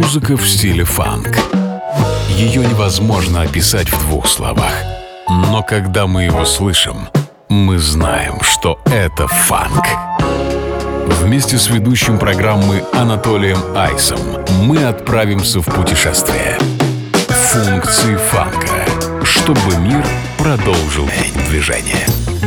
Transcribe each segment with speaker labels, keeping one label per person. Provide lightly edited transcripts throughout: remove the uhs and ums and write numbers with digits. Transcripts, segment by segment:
Speaker 1: Музыка в стиле фанк. Ее невозможно описать в двух словах. Но когда мы его слышим, мы знаем, что это фанк. Вместе с ведущим программы Анатолием Айсом мы отправимся в путешествие. Функции фанка, чтобы мир продолжил движение.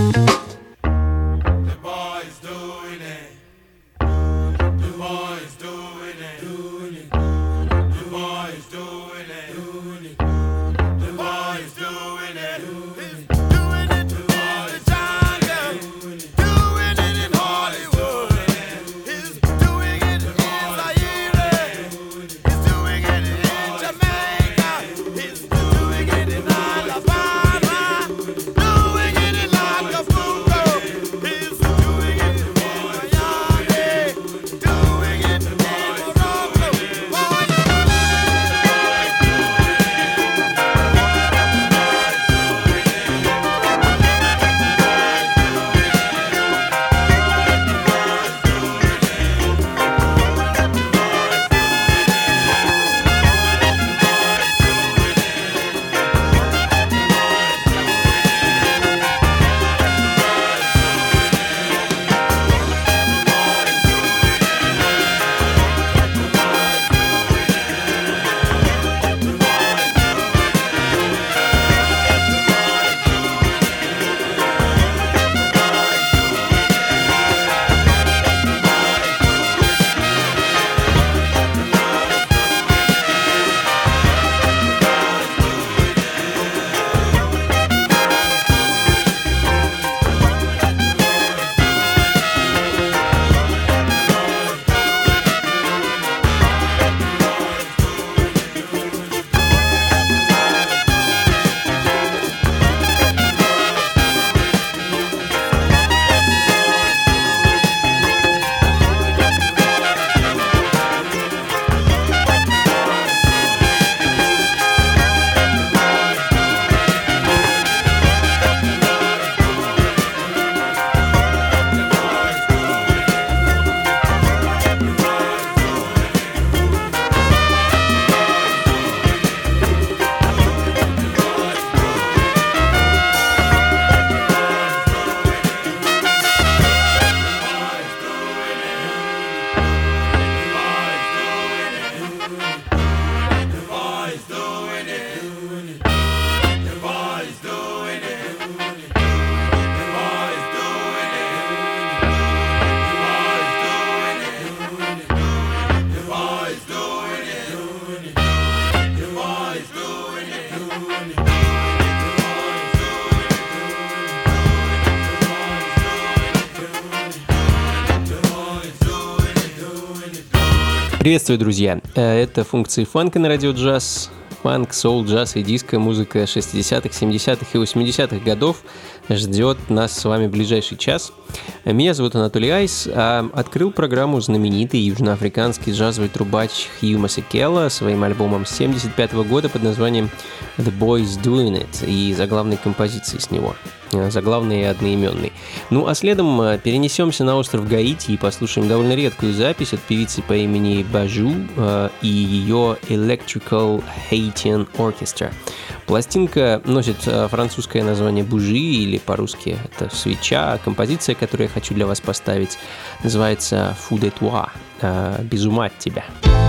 Speaker 2: Приветствую, друзья! Это функции фанка на радио джаз. Фанк, соул, джаз и диско, музыка 60-х, 70-х и 80-х годов ждет нас с вами в ближайший час. Меня зовут Анатолий Айс, а открыл программу знаменитый южноафриканский джазовый трубач Хью Масекела своим альбомом 1975 года под названием «The Boys Doing It» и заглавной композицией с него. Заглавный и одноименный. Ну а следом перенесемся на остров Гаити и послушаем довольно редкую запись от певицы по имени Бажу и ее Electrical Haitian Orchestra. Пластинка носит французское название «Бужи» или по-русски это «Свеча». Композиция, которую я хочу для вас поставить, называется «Fou de toi» — «Без ума от тебя».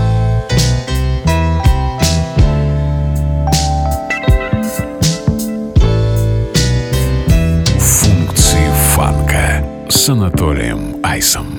Speaker 1: Функции фанка с Анатолием Айсом.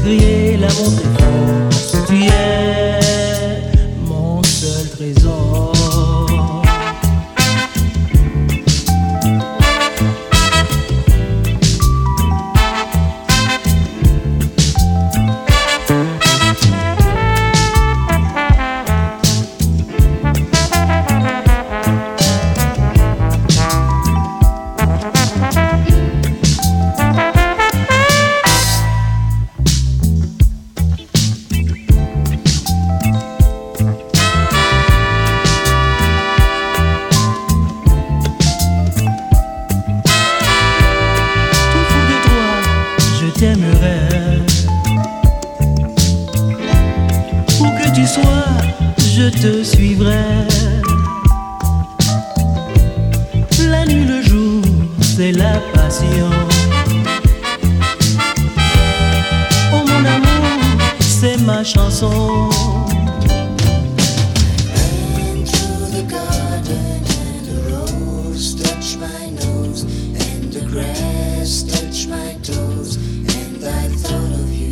Speaker 3: crier, la montrer fort. Tu es mon seul trésor. Je te suivrai. La nuit, le jour, c'est la passion. Oh mon amour, c'est ma chanson. And through the garden and the rose touch my nose, and the grass touch my toes, and I thought of you.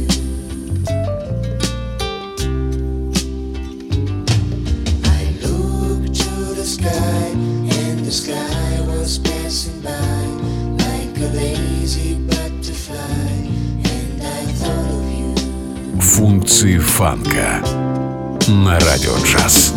Speaker 3: And the sky was passing by like a lazy butterfly, and I thought of you.
Speaker 1: Функции фанка на Радио Джаз.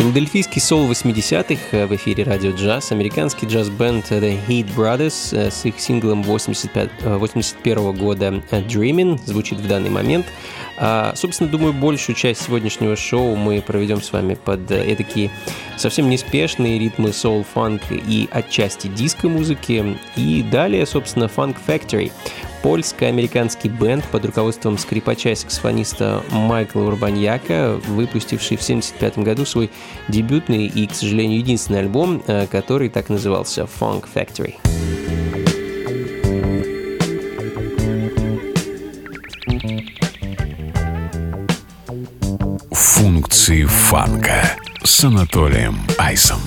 Speaker 2: Филадельфийский соул 80-х в эфире радио джаз, американский джаз-бенд The Heat Brothers с их синглом 81 года Dreamin' звучит в данный момент. Собственно, думаю, большую часть сегодняшнего шоу мы проведем с вами под эдакие совсем неспешные ритмы соул-фанк и отчасти диско-музыки. И далее, собственно, Funk Factory. Польско-американский бенд под руководством скрипача и саксофониста Майкла Урбаньяка, выпустивший в 1975 году свой дебютный и, к сожалению, единственный альбом, который так и назывался Funk Factory.
Speaker 1: Функции фанка с Анатолием Айсом.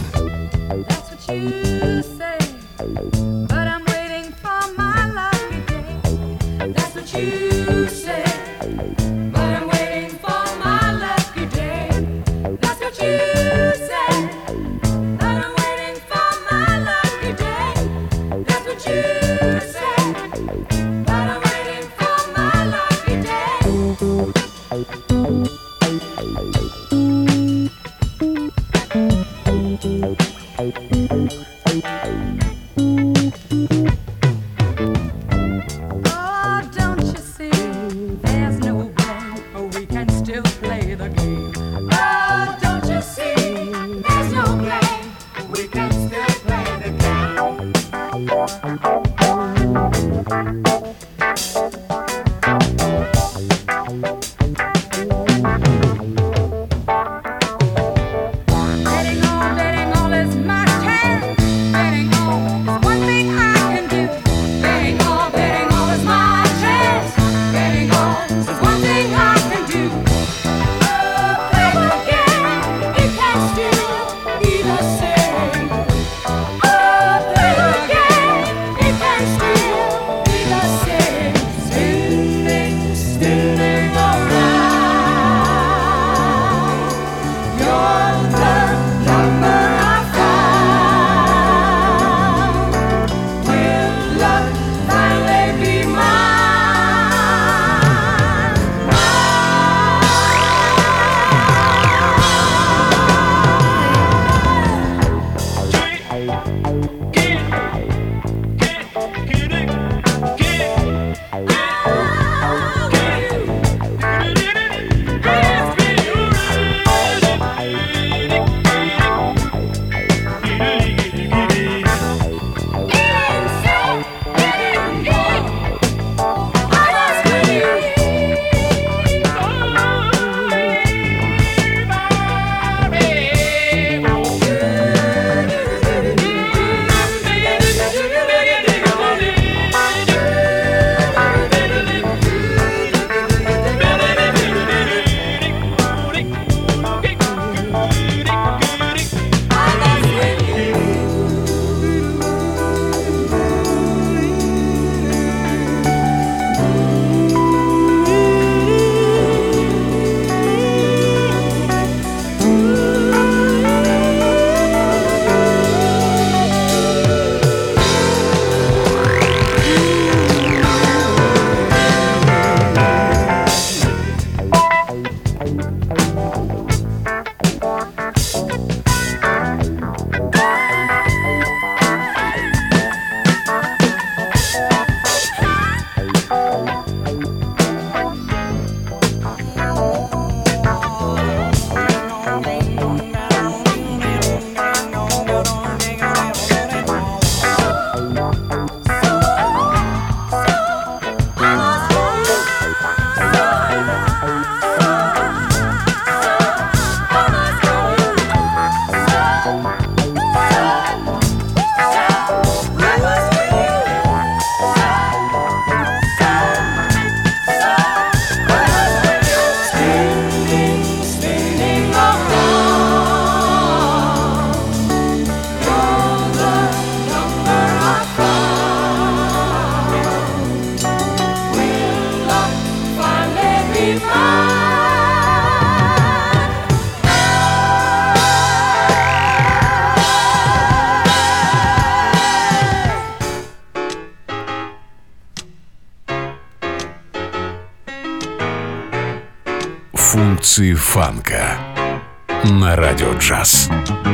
Speaker 1: Функции фанка на Радио Джаз.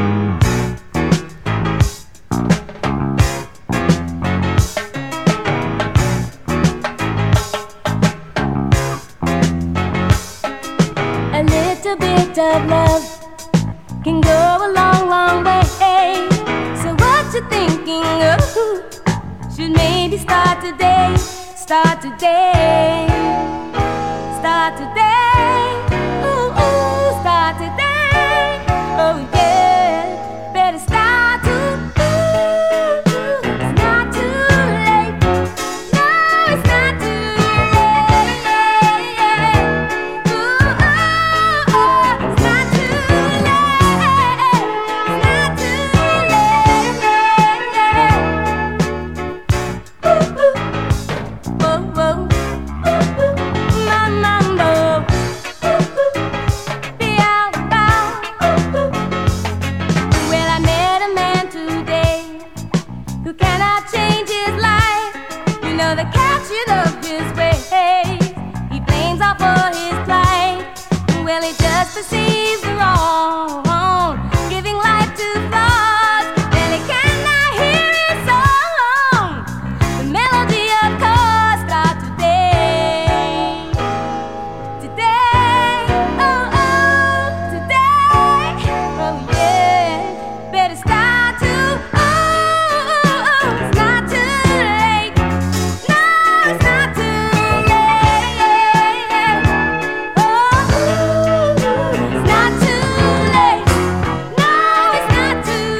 Speaker 4: A little bit of love can go a long, long way. So what you thinking of? Should maybe start today, start today, start today. Ooh, ooh, start today. Oh yeah, better start today. It's not too late. No, it's not too late. Ooh, oh, it's not too late. It's not too late. Ooh, ooh, oh, oh. Mambo, be out about. Well, I met a man today who cannot change his life. You know the catching of his ways. He blames all for his plight. Well, he just perceives the wrong, giving life to flaws. Well, he cannot hear his song. The melody, of course, start today. Today, oh, oh, today, oh, yeah. Better start to, oh, it's not too late. No, it's not too late. Oh, it's not too late. No, it's not too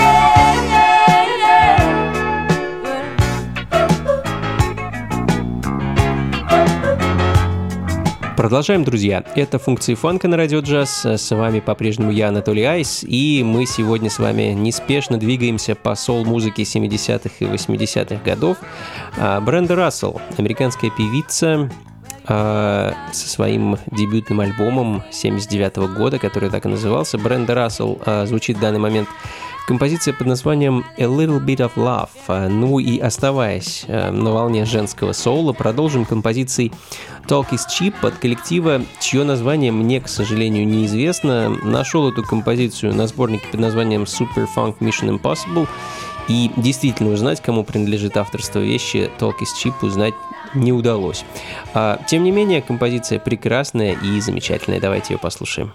Speaker 4: late.
Speaker 2: Продолжаем, друзья. Это функции фанка на Радио Джаз. С вами по-прежнему я, Анатолий Айс. И мы сегодня с вами неспешно двигаемся по соул-музыке 70-х и 80-х годов. Бренда Рассел, американская певица, со своим дебютным альбомом 79-го года, который так и назывался. Бренда Рассел звучит в данный момент композиция под названием A Little Bit of Love. Ну и оставаясь на волне женского соула, продолжим композицией Talk is Cheap от коллектива, чье название мне, к сожалению, неизвестно. Нашел эту композицию на сборнике под названием Super Funk Mission Impossible. И действительно узнать, кому принадлежит авторство вещи Talk is Cheap, узнать не удалось. Тем не менее, композиция прекрасная и замечательная. Давайте ее послушаем.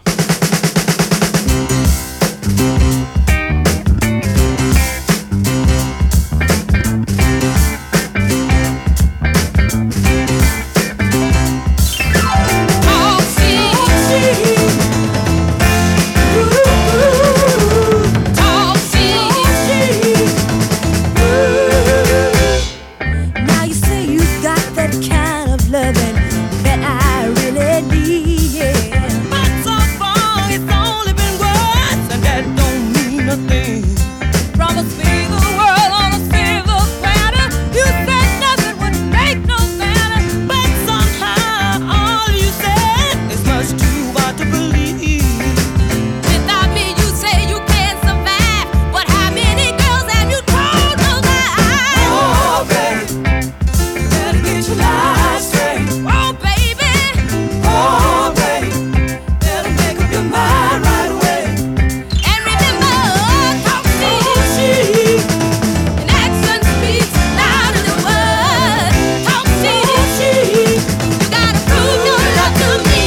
Speaker 4: Now you say you got that kind of loving that I really need, yeah. But so far it's only been words, and that don't mean a thing. Promise me the world on a silver platter. You said nothing would make no matter, but somehow all you said is much too hard to believe. Without me, you say you can't survive, but how many girls have you told no lie? Oh, baby, better get your life straight. Oh, baby, oh, baby, better make up your mind right away. And remember, talk cheap, and action speaks louder than words. Talk cheap, you gotta prove your love to me.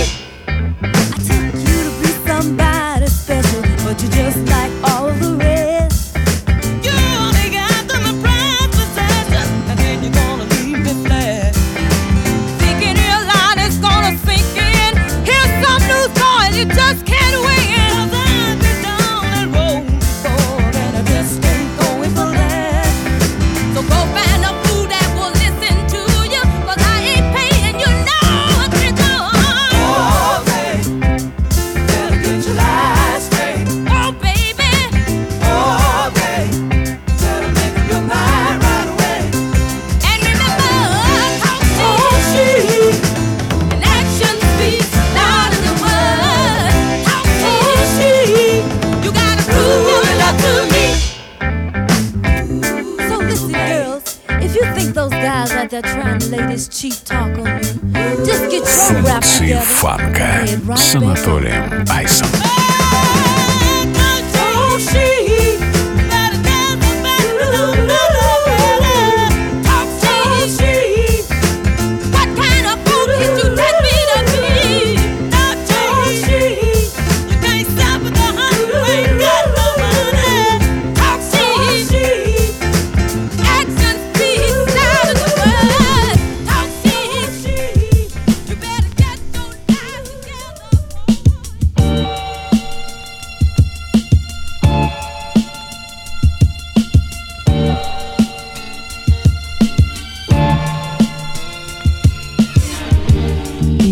Speaker 4: I took you to be somebody special, but you're just like all the rest. You only got them a prize possession, and then you're gonna leave me flat. Thinking your line is gonna sink in. Here's some news, boy, you just can't win. 'Cause I've been down that road before, and I just ain't going for that. So go find a fool that will listen to you, 'cause I ain't paying you no attention. Oh, baby, better get your life straight. Oh, baby, oh, baby, better make up your mind right away. And remember, talk cheap, and action speaks louder than words. Talk cheap, you gotta prove your love to me. So listen, girls, if you think those guys out there trying to lay this cheap talk on you, just get your rap
Speaker 1: Функции
Speaker 4: together.
Speaker 1: фанка
Speaker 4: Lay it right
Speaker 1: с
Speaker 4: back.
Speaker 1: Анатолием Айсом.
Speaker 4: Hey!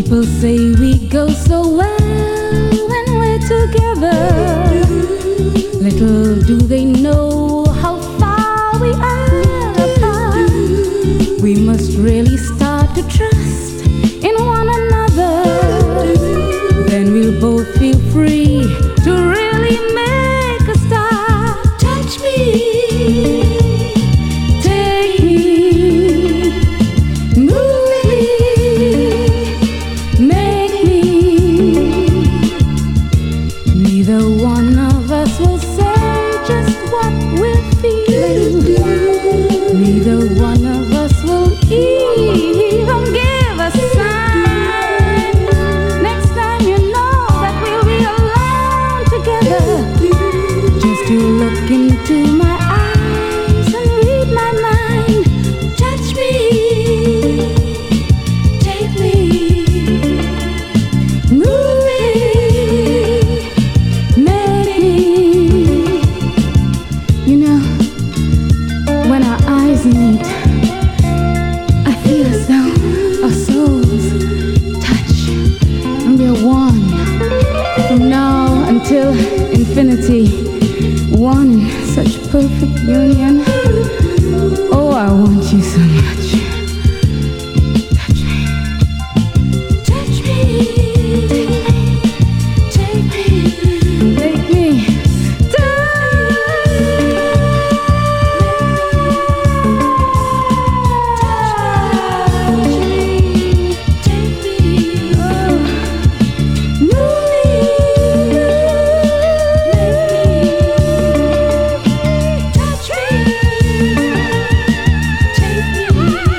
Speaker 4: People say we go so well when we're together. Little do they know how far we are apart. We must really start to trust in one another. Then we'll both feel free to really make a start. Touch me, take me, move me, make me. Neither one of us will say just what we're feeling. Neither one of us will even give a sign. Next time you know that we'll be alone together. Just to look into my eyes and read my mind. Touch me, take me, move me, make me. You know, when our eyes meet, I feel as though our souls touch and we're one. From now until infinity, one in such perfect union. Oh, I want you so much. Touch me, touch me, take me, take me, touch me,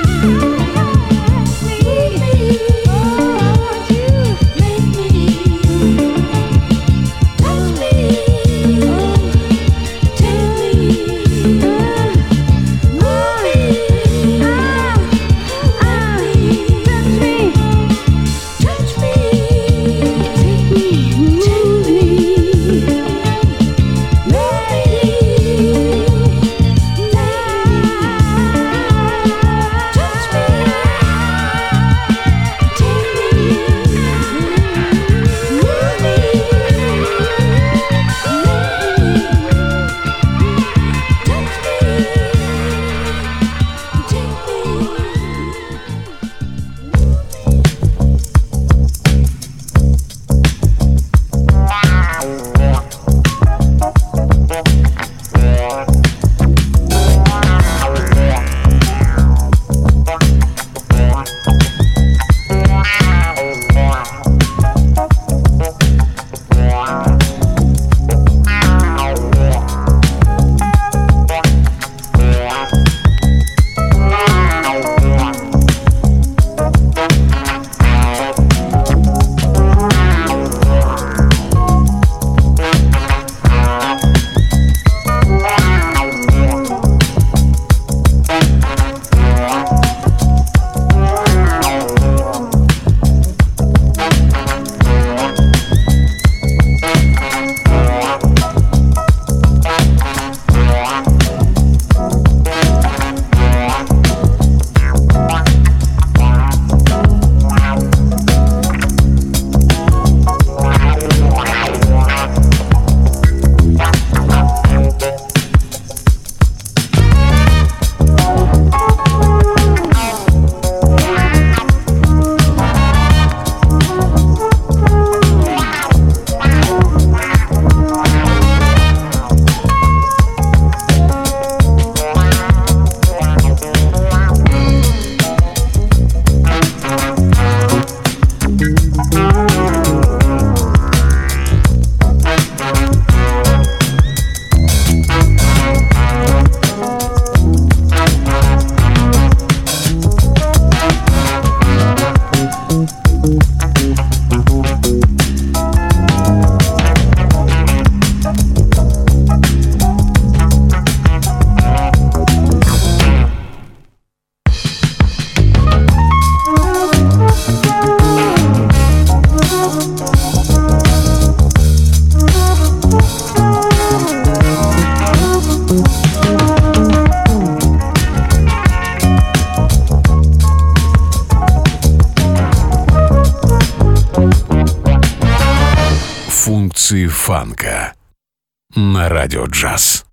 Speaker 1: функции фанка на Радио Джаз.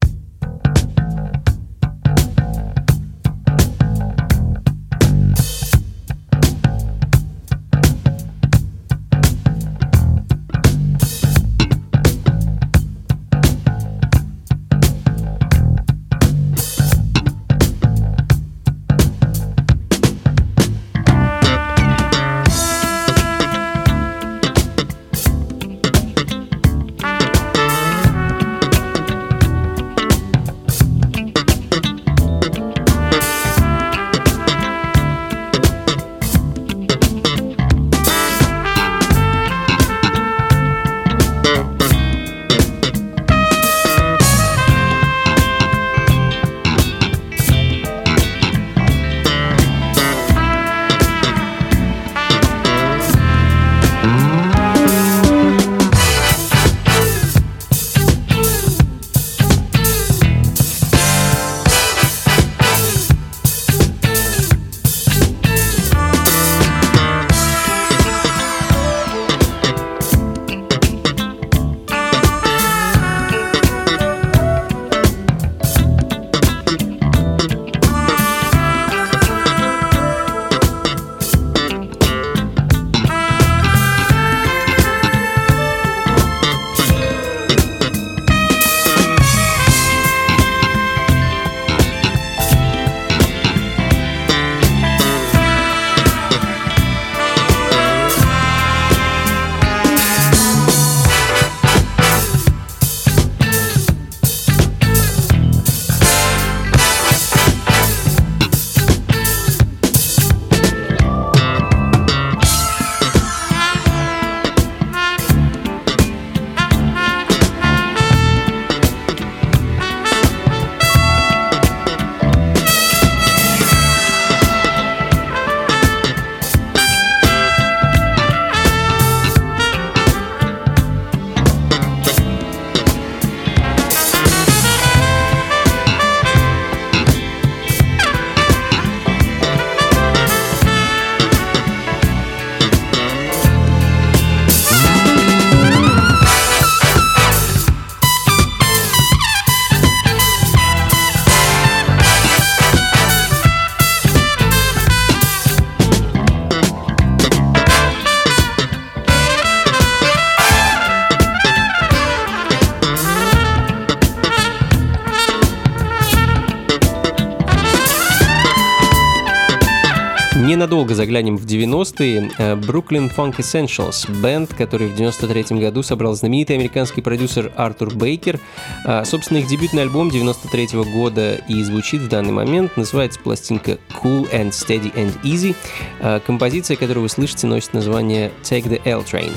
Speaker 2: Ненадолго заглянем в 90-е. Brooklyn Funk Essentials, бенд, который в 93-м году собрал знаменитый американский продюсер Артур Бейкер. Собственно, их дебютный альбом 93-го года и звучит в данный момент. Называется пластинка Cool and Steady and Easy. Композиция, которую вы слышите, носит название Take the L Train.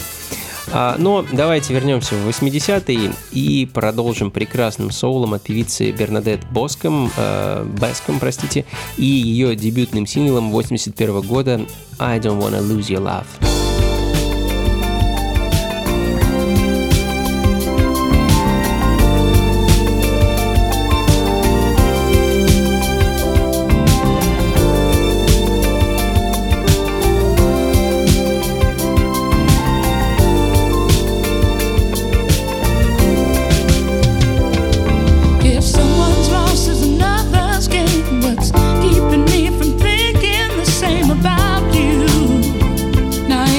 Speaker 2: Но давайте вернемся в 80-е и продолжим прекрасным соулом от певицы Бернадетт Баском, и ее дебютным синглом 81 года I Don't Wanna Lose Your Love.
Speaker 5: Keeping me from thinking the same about you. Now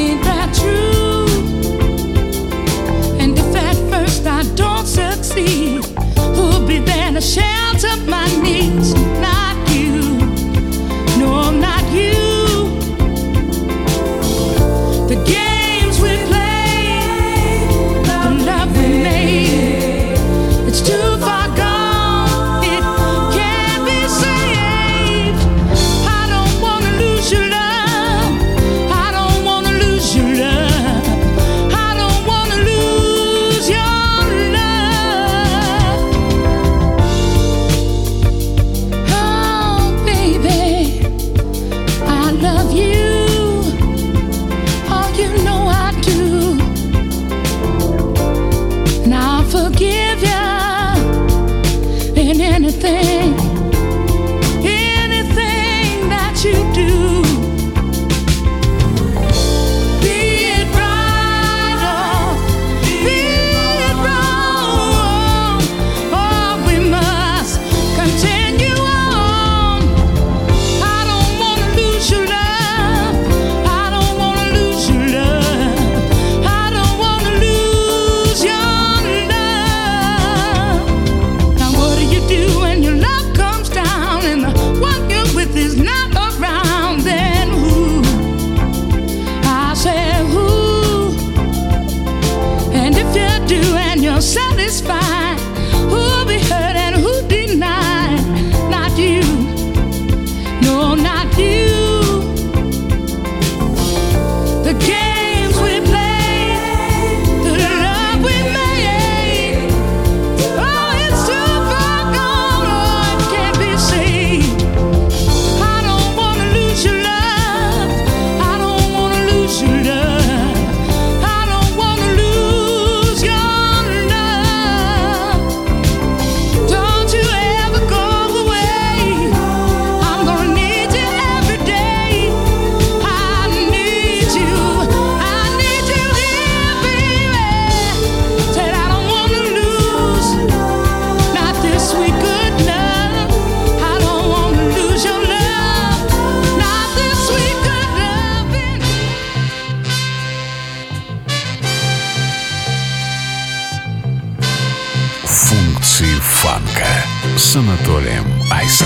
Speaker 1: с Анатолием Айсом.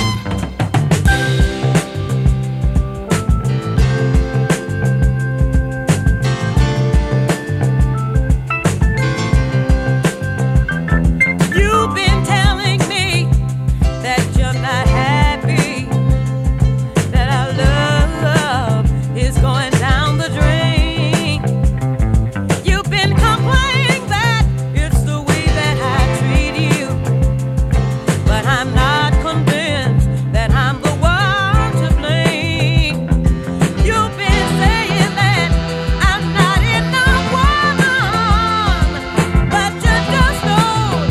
Speaker 4: You've been telling me that you're not happy, that our love is going down the drain. You've been complaining that it's the way that I treat you, but I'm not convinced that I'm the one to blame. You've been saying that I'm not enough woman, but you just don't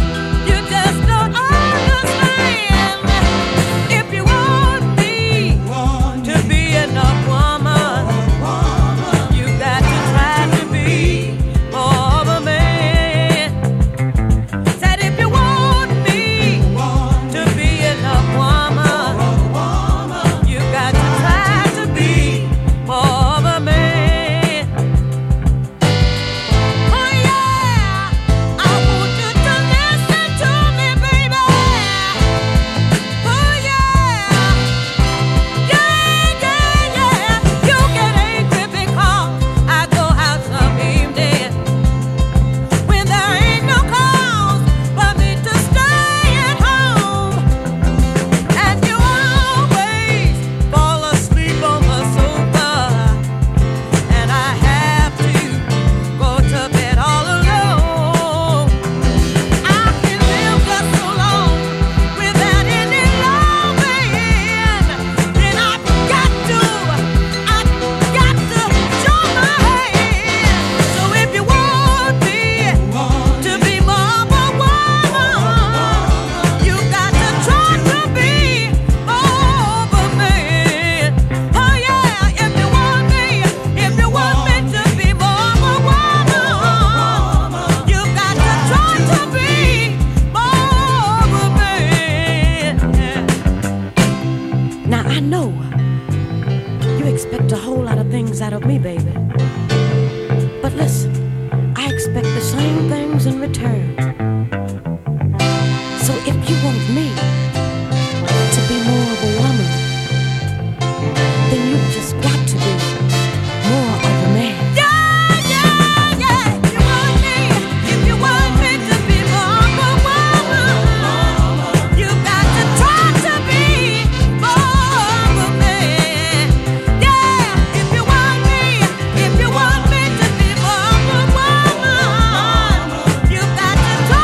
Speaker 4: understand. If you want me to be enough woman, you got to try to be more of a man. Said if you want me to be enough woman, you got to try to be more of a man. Oh yeah, I want you to listen to me, baby. Oh yeah, yeah. You get angry because I go out some evening when there ain't no cause for me to stay at home, and you always fall asleep on the sofa, and I have to go to bed all alone. I can live just so long without any loving. Then I've got to show my hand. So if you want me to be more of a woman, you got to try to be more of a man. Oh yeah, if you want me to be more of a woman, you got to try to be more of a man. Now I know you expect a whole lot of things out of me, baby. But listen, I expect the same things in return. So if you want me to be more of a woman, then you've just got to be more of a man. Yeah. If you want me to be more of a woman, you got to try to be more of a man. Yeah, if you want me to be more of a woman, you got to try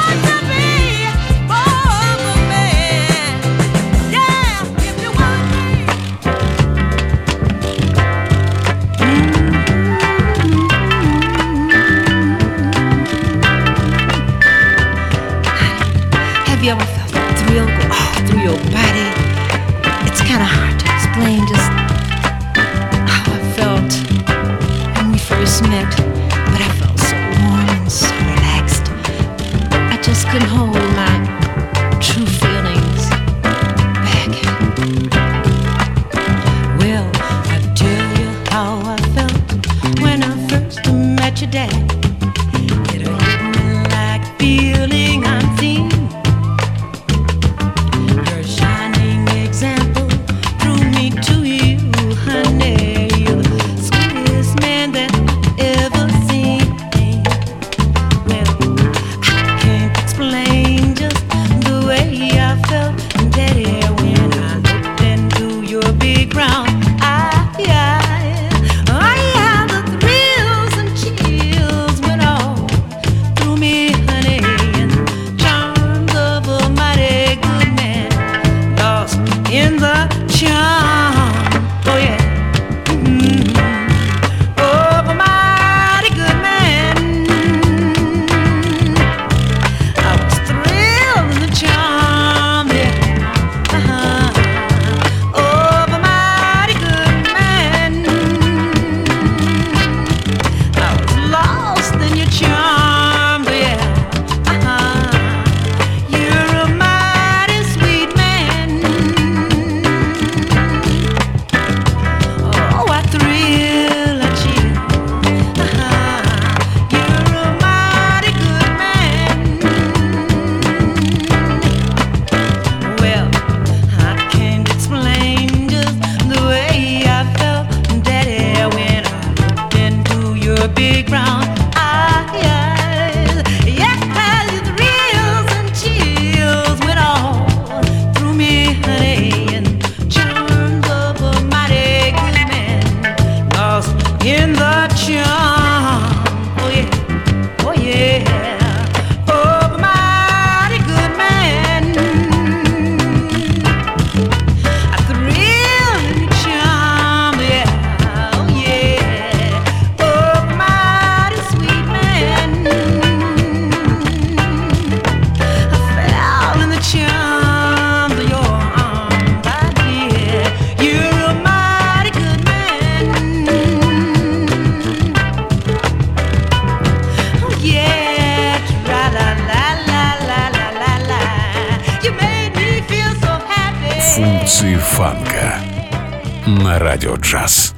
Speaker 1: фанка на Радио Джаз.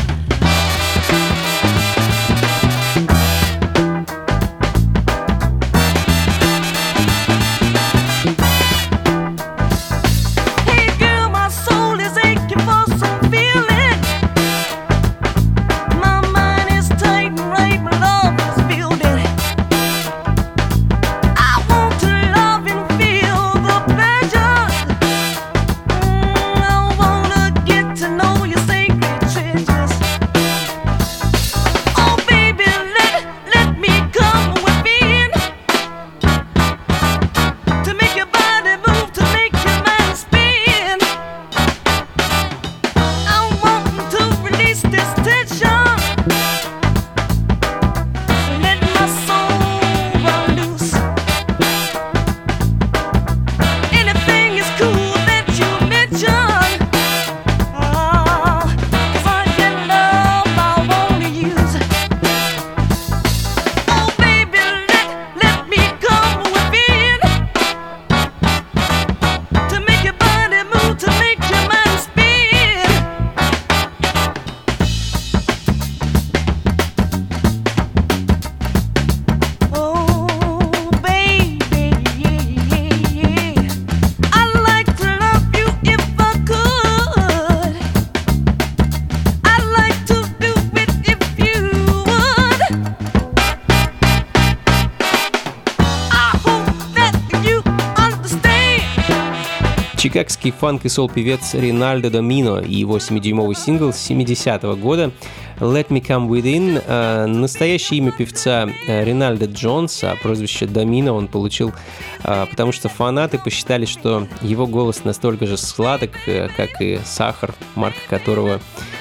Speaker 2: Чикагский фанк и сол-певец Ринальдо Домино и его 7-дюймовый сингл с 70-го года «Let Me Come Within». Настоящее имя певца Ринальдо Джонс, а прозвище Домино он получил, потому что фанаты посчитали, что его голос настолько же сладок, как и сахар, марка которого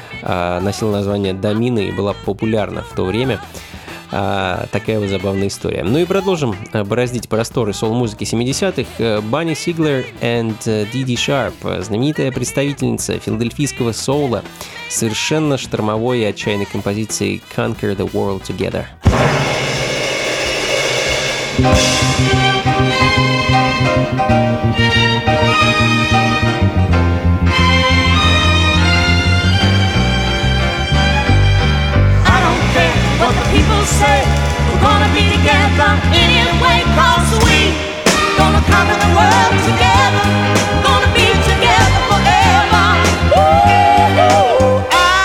Speaker 2: носила название Домино и была популярна в то время. Такая вот забавная история. Ну и продолжим бороздить просторы сол-музыки 70-х. Банни Сиглер и Диди Шарп, знаменитая представительница филадельфийского соула, совершенно штормовой и отчаянной композицией «Conquer the World Together».
Speaker 4: People say we're gonna be together anyway, 'cause we gonna conquer the world together, gonna be together forever. Ooh,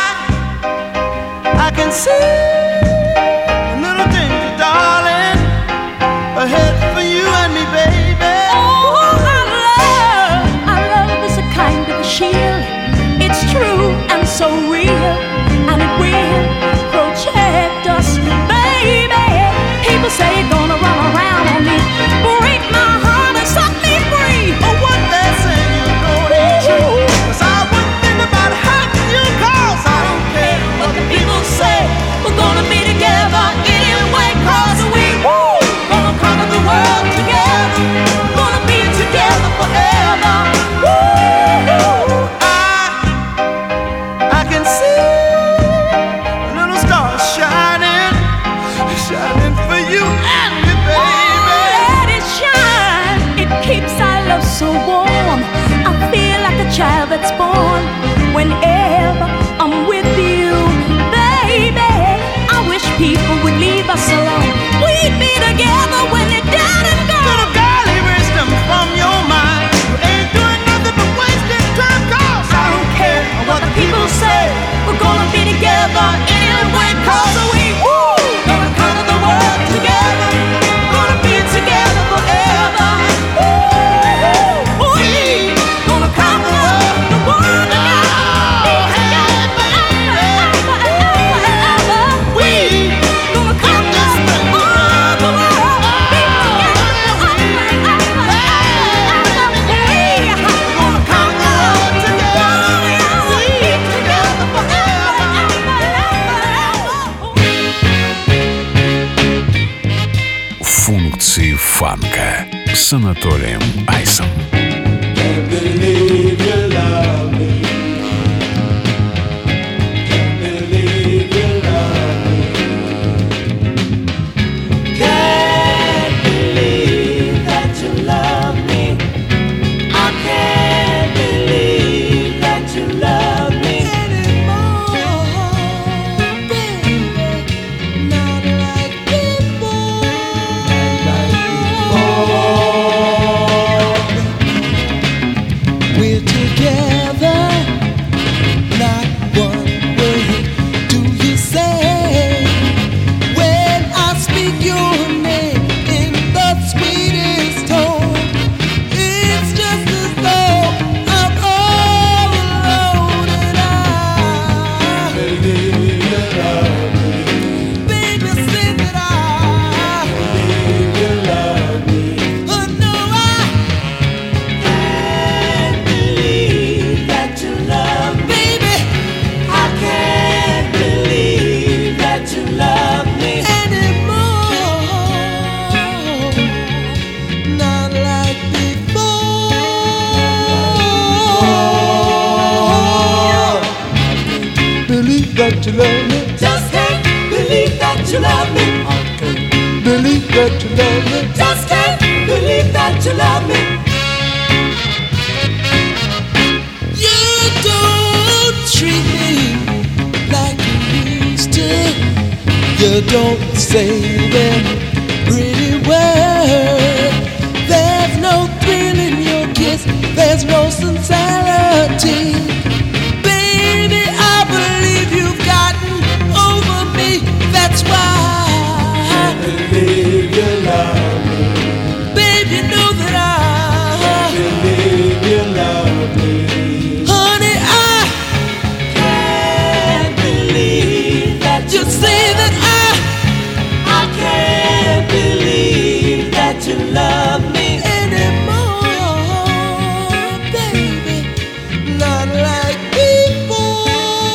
Speaker 4: I can see a little danger, darling, ahead for you and me, baby. Oh, our love is a kind of a shield. It's true and so real, and it will protect us, baby. People say you're gonna run around on me, break my heart and set me free. Oh, what they're saying, you know it ain't true. 'Cause I wouldn't think about hurting you, 'cause I don't care what the people say. We're gonna be together anyway, 'cause we gonna conquer the world together, gonna be together forever. I can see so warm. I feel like a child that's born whenever I'm with you, baby. I wish people would leave us alone. We'd be together when they're dead and gone. Little girl, erase them from your mind. You ain't doing nothing but wasting time, 'cause I don't care what the people say. We're gonna be together anyway, 'cause we gonna conquer the world together, gonna be together forever.
Speaker 1: Функции фанка с Анатолием Айсом.
Speaker 4: That
Speaker 5: that you love me.
Speaker 3: Just can't believe that you love me.
Speaker 5: I can't believe that you love me.
Speaker 3: Just can't believe that you love me.
Speaker 6: You don't treat me like you used to. You don't say them pretty words. There's no thrill in your kiss. There's no sincerity. Baby, I believe you've gotten over me. That's why
Speaker 5: I believe you love me.
Speaker 6: baby, you know that I
Speaker 5: Believe you love me.
Speaker 6: honey, I
Speaker 3: Can't believe that
Speaker 6: you say that
Speaker 3: I can't believe that you love me.
Speaker 6: anymore, baby, not like before.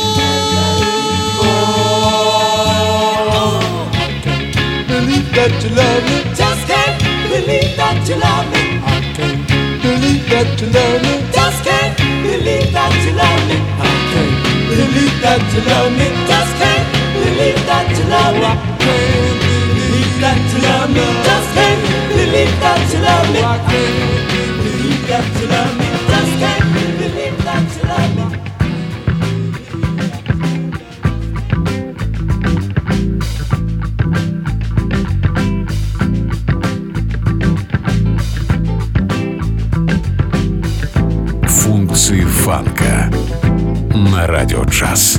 Speaker 5: Believe that you love me.
Speaker 3: Just can't believe that you love me.
Speaker 5: I can't believe that you love me.
Speaker 3: Just can't believe that you love me.
Speaker 5: I can't believe that you love me.
Speaker 3: Just can't believe that you love me.
Speaker 5: Can't believe that you love me.
Speaker 3: Just can't believe that you love me.
Speaker 5: I can't believe that you love me.
Speaker 3: Just can't believe that you love me.
Speaker 1: Функции фанка на радио джаз.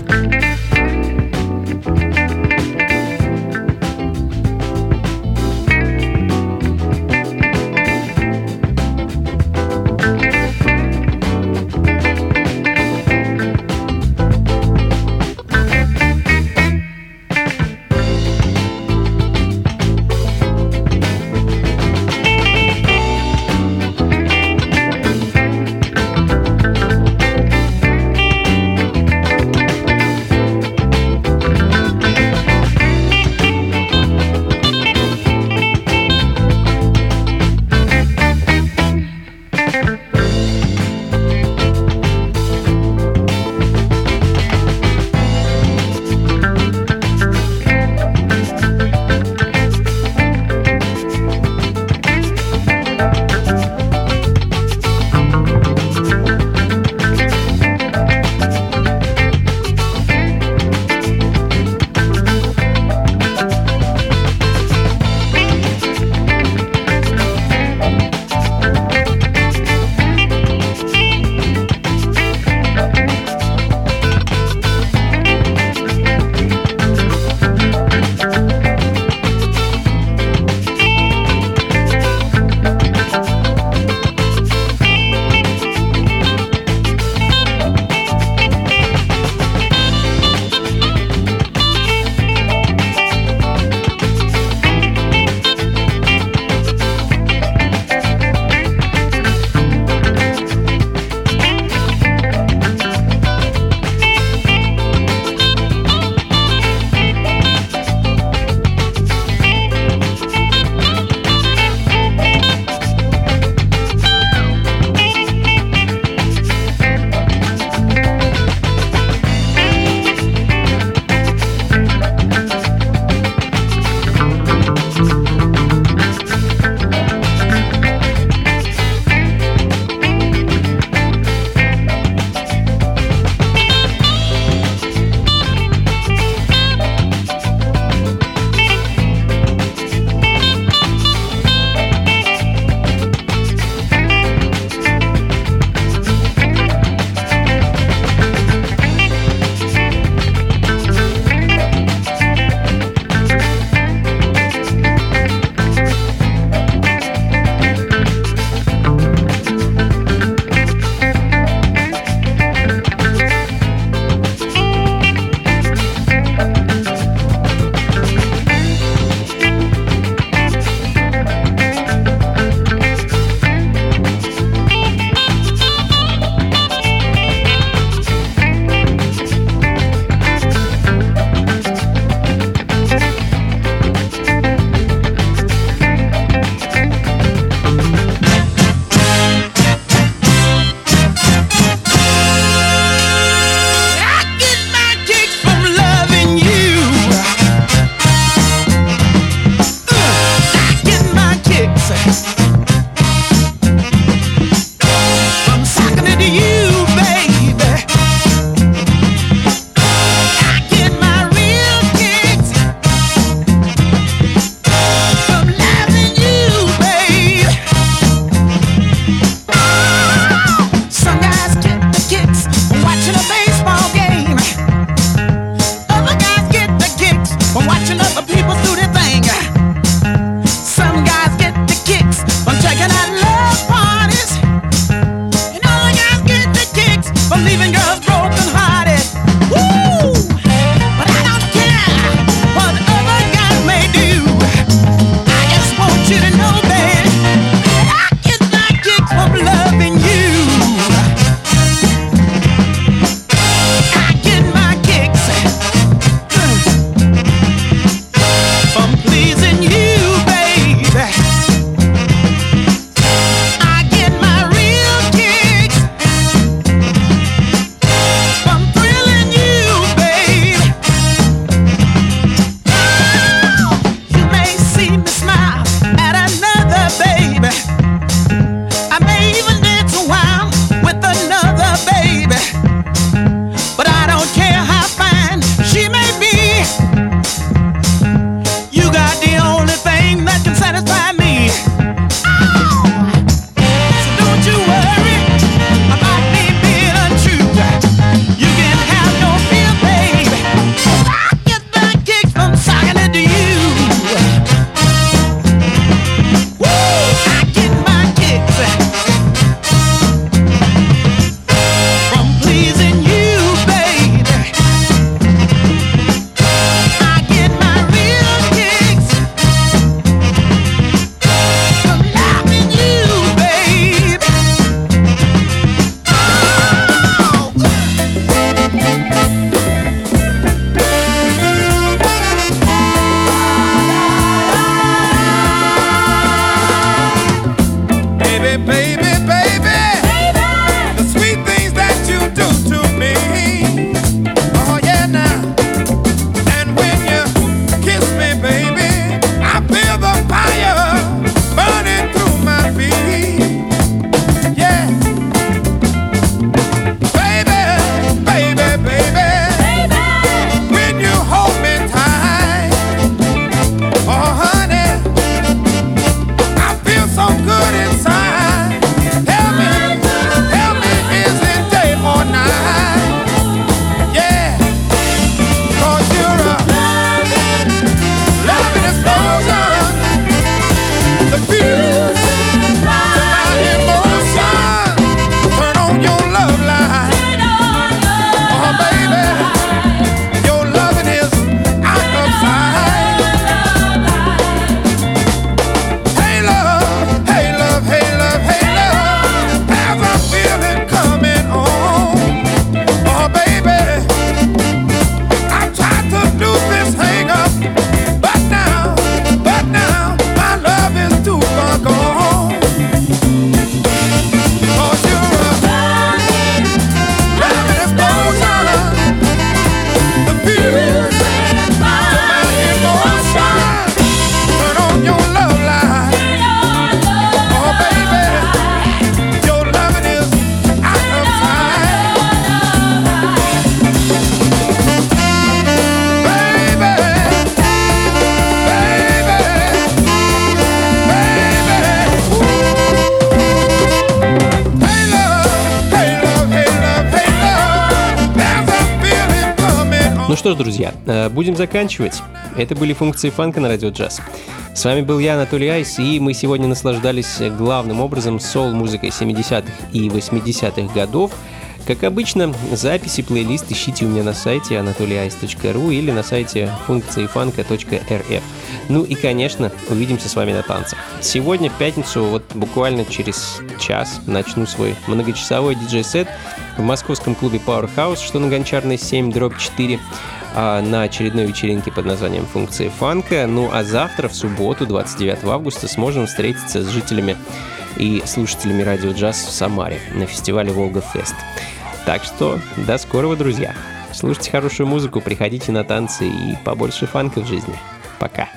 Speaker 2: Ну что ж, друзья, будем заканчивать. Это были функции фанка на Радио Джаз. С вами был я, Анатолий Айс, и мы сегодня наслаждались главным образом соул-музыкой 70-х и 80-х годов. Как обычно, записи, плейлист ищите у меня на сайте anatolyice.ru или на сайте функциифанка.рф. Ну и, конечно, увидимся с вами на танцах. Сегодня, в пятницу, вот буквально через час начну свой многочасовой диджей-сет в московском клубе Powerhouse, что на Гончарной 7/4, на очередной вечеринке под названием «Функции фанка». Ну а завтра, в субботу, 29 августа, сможем встретиться с жителями и слушателями Радио Джаз в Самаре на фестивале Волга-Фест. Так что до скорого, друзья. Слушайте хорошую музыку, приходите на танцы и побольше фанка в жизни. Пока.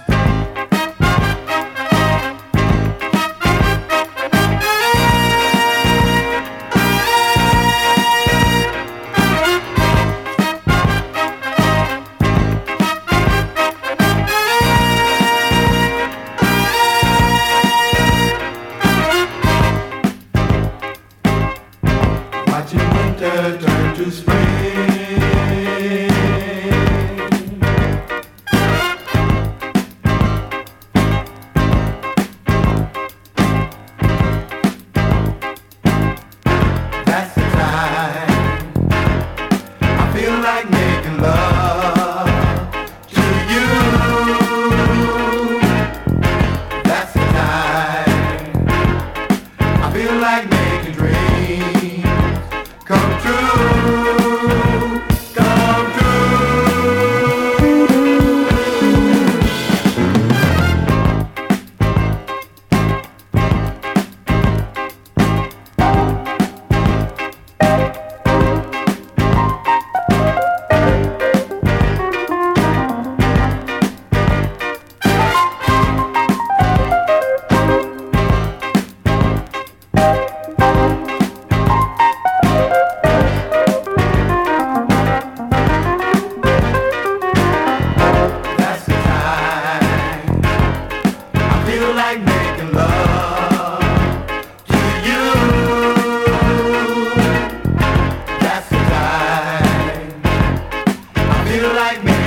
Speaker 5: Turn to spring. That's the time I feel like making love to you. That's the time I feel like making dreams come true, come true. Like making love to you. That's the time I feel like making